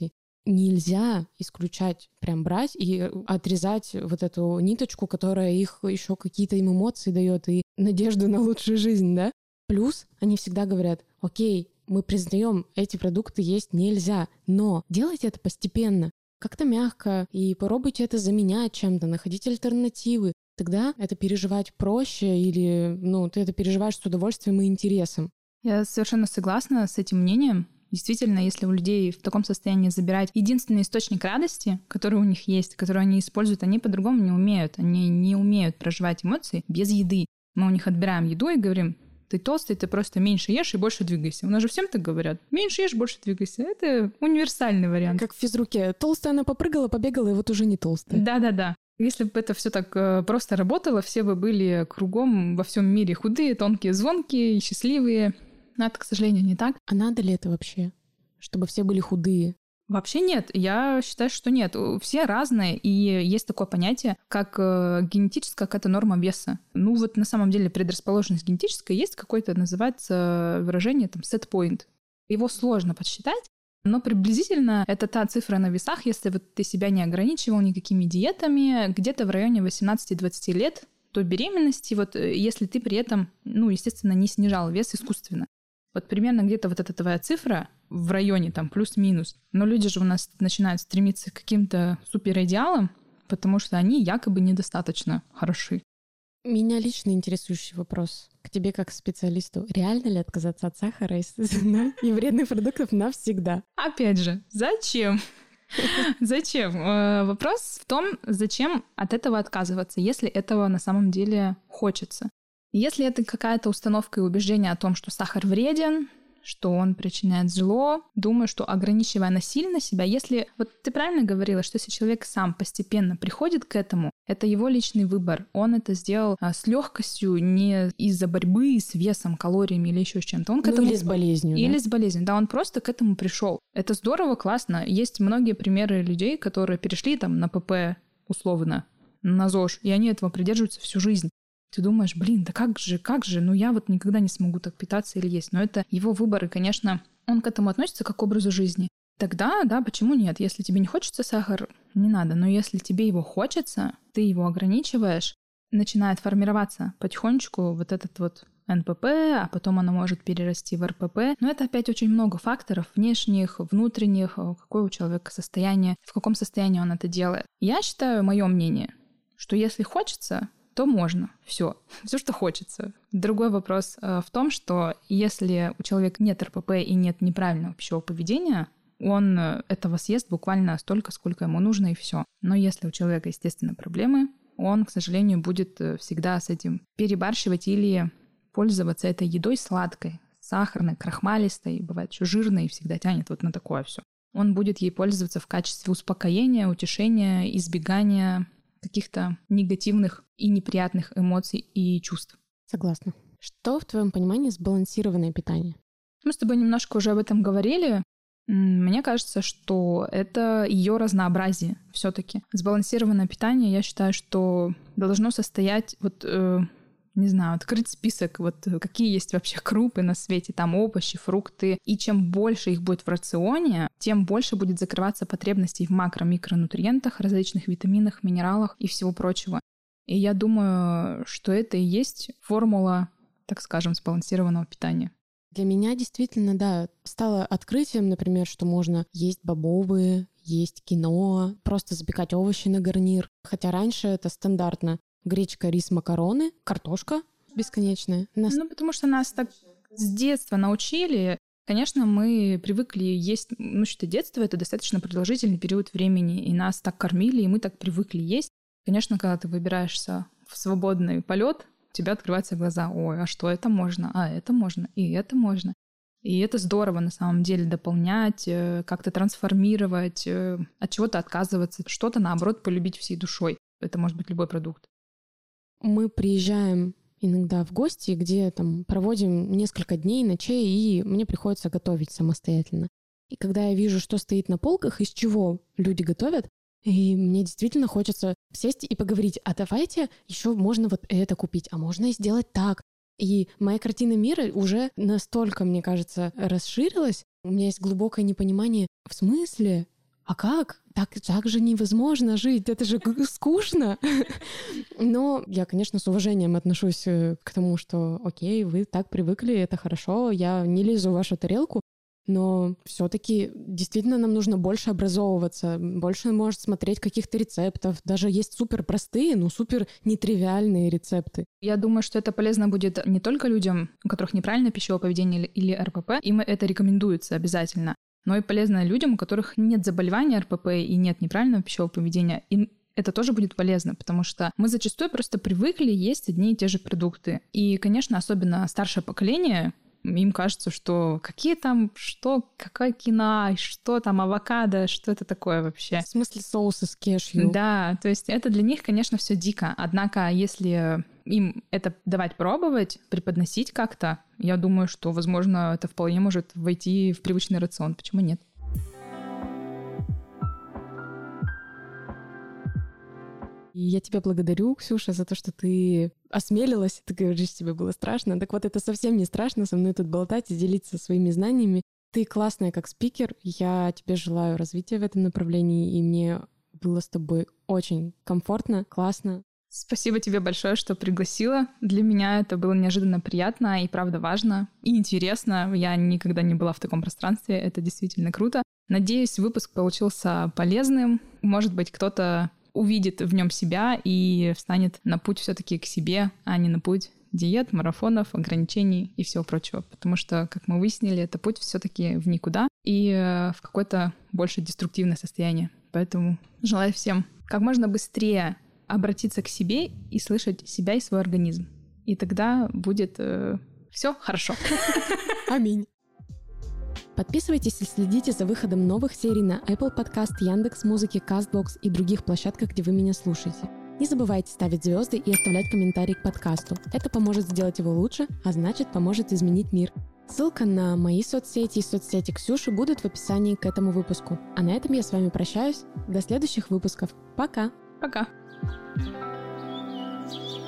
нельзя исключать, прям брать и отрезать вот эту ниточку, которая их еще какие-то им эмоции дает и надежду на лучшую жизнь, да? Плюс они всегда говорят: окей, мы признаем, эти продукты есть нельзя, но делайте это постепенно, как-то мягко, и попробуйте это заменять чем-то, находить альтернативы. Тогда это переживать проще, или, ты это переживаешь с удовольствием и интересом. Я совершенно согласна с этим мнением. Действительно, если у людей в таком состоянии забирать единственный источник радости, который у них есть, который они используют, они по-другому не умеют. Они не умеют проживать эмоции без еды. Мы у них отбираем еду и говорим: ты толстый, ты просто меньше ешь и больше двигайся. У нас же всем так говорят: меньше ешь, больше двигайся. Это универсальный вариант. Как в физруке. Толстая она попрыгала, побегала, и вот уже не толстая. Да-да-да. Если бы это все так просто работало, все бы были кругом во всем мире худые, тонкие, звонкие и счастливые. Но это, к сожалению, не так. А надо ли это вообще? Чтобы все были худые? Вообще нет. Я считаю, что нет. Все разные, и есть такое понятие, как генетическая какая-то норма веса. На самом деле предрасположенность генетическая есть какое-то, называется выражение, set point. Его сложно подсчитать, но приблизительно это та цифра на весах, если ты себя не ограничивал никакими диетами, где-то в районе 18-20 лет до беременности, если ты при этом, естественно, не снижал вес искусственно. Примерно где-то эта твоя цифра в районе, плюс-минус. Но люди же у нас начинают стремиться к каким-то суперидеалам, потому что они якобы недостаточно хороши. Меня лично интересующий вопрос к тебе как специалисту. Реально ли отказаться от сахара и вредных продуктов навсегда? Опять же, зачем? Зачем? Вопрос в том, зачем от этого отказываться, если этого на самом деле хочется. Если это какая-то установка и убеждение о том, что сахар вреден, что он причиняет зло, думаю, что ограничивая насильно себя, если... ты правильно говорила, что если человек сам постепенно приходит к этому, это его личный выбор. Он это сделал с легкостью, не из-за борьбы с весом, калориями или еще с чем-то. Он к этому... Или с болезнью. Или с болезнью, да, он просто к этому пришел. Это здорово, классно. Есть многие примеры людей, которые перешли на ПП, условно, на ЗОЖ, и они этого придерживаются всю жизнь. Ты думаешь: да как же, я никогда не смогу так питаться или есть. Но это его выбор, и, конечно, он к этому относится как к образу жизни. Тогда, да, почему нет? Если тебе не хочется сахар, не надо. Но если тебе его хочется, ты его ограничиваешь, начинает формироваться потихонечку этот НПП, а потом оно может перерасти в РПП. Но это опять очень много факторов внешних, внутренних, какое у человека состояние, в каком состоянии он это делает. Я считаю, мое мнение, что если хочется, то можно. Все, что хочется. Другой вопрос в том, что если у человека нет РПП и нет неправильного пищевого поведения, он этого съест буквально столько, сколько ему нужно, и все. Но если у человека, естественно, проблемы, он, к сожалению, будет всегда с этим перебарщивать или пользоваться этой едой сладкой, сахарной, крахмалистой, бывает еще жирной, и всегда тянет на такое все. Он будет ей пользоваться в качестве успокоения, утешения, избегания каких-то негативных и неприятных эмоций и чувств. Согласна. Что в твоем понимании сбалансированное питание? Мы с тобой немножко уже об этом говорили. Мне кажется, что это ее разнообразие все-таки. Сбалансированное питание, я считаю, что должно состоять открыть список, какие есть вообще крупы на свете, овощи, фрукты. И чем больше их будет в рационе, тем больше будет закрываться потребностей в макро-микронутриентах, различных витаминах, минералах и всего прочего. И я думаю, что это и есть формула, так скажем, сбалансированного питания. Для меня действительно, да, стало открытием, например, что можно есть бобовые, есть киноа, просто запекать овощи на гарнир. Хотя раньше это стандартно. Гречка, рис, макароны, картошка бесконечная. Потому что нас так с детства научили. Конечно, мы привыкли есть... что детство — это достаточно продолжительный период времени, и нас так кормили, и мы так привыкли есть. Конечно, когда ты выбираешься в свободный полет, у тебя открываются глаза. Ой, а что это можно? А это можно, и это можно. И это здорово, на самом деле, дополнять, как-то трансформировать, от чего-то отказываться, что-то, наоборот, полюбить всей душой. Это может быть любой продукт. Мы приезжаем иногда в гости, где проводим несколько дней, ночей, и мне приходится готовить самостоятельно. И когда я вижу, что стоит на полках, из чего люди готовят, и мне действительно хочется сесть и поговорить: а давайте еще можно это купить, а можно и сделать так. И моя картина мира уже настолько, мне кажется, расширилась. У меня есть глубокое непонимание: в смысле? а как? Так же невозможно жить, это же скучно. Но я, конечно, с уважением отношусь к тому, что окей, вы так привыкли, это хорошо, я не лезу в вашу тарелку, но все-таки действительно нам нужно больше образовываться, больше, может, смотреть каких-то рецептов. Даже есть супер простые, но супер нетривиальные рецепты. Я думаю, что это полезно будет не только людям, у которых неправильное пищевое поведение или РПП, им это рекомендуется обязательно, но и полезно людям, у которых нет заболевания РПП и нет неправильного пищевого поведения. Им это тоже будет полезно, потому что мы зачастую просто привыкли есть одни и те же продукты. И, конечно, особенно старшее поколение, им кажется, что какие там, что, какая киноа, что там, авокадо, что это такое вообще? В смысле соусы с кешью? Да, то есть это для них, конечно, все дико. Однако, если им это давать пробовать, преподносить как-то, я думаю, что, возможно, это вполне может войти в привычный рацион. Почему нет? И я тебя благодарю, Ксюша, за то, что ты осмелилась. Ты говоришь, тебе было страшно. Так вот, это совсем не страшно со мной тут болтать и делиться своими знаниями. Ты классная как спикер. Я тебе желаю развития в этом направлении, и мне было с тобой очень комфортно, классно. Спасибо тебе большое, что пригласила. Для меня это было неожиданно приятно и, правда, важно и интересно. Я никогда не была в таком пространстве. Это действительно круто. Надеюсь, выпуск получился полезным. Может быть, кто-то увидит в нем себя и встанет на путь все-таки к себе, а не на путь диет, марафонов, ограничений и всего прочего. Потому что, как мы выяснили, это путь все-таки в никуда и в какое-то больше деструктивное состояние. Поэтому желаю всем как можно быстрее обратиться к себе и слышать себя и свой организм. И тогда будет все хорошо. Аминь. Подписывайтесь и следите за выходом новых серий на Apple Podcast, Яндекс.Музыке, Castbox и других площадках, где вы меня слушаете. Не забывайте ставить звезды и оставлять комментарии к подкасту. Это поможет сделать его лучше, а значит, поможет изменить мир. Ссылка на мои соцсети и соцсети Ксюши будут в описании к этому выпуску. А на этом я с вами прощаюсь. До следующих выпусков. Пока! Пока!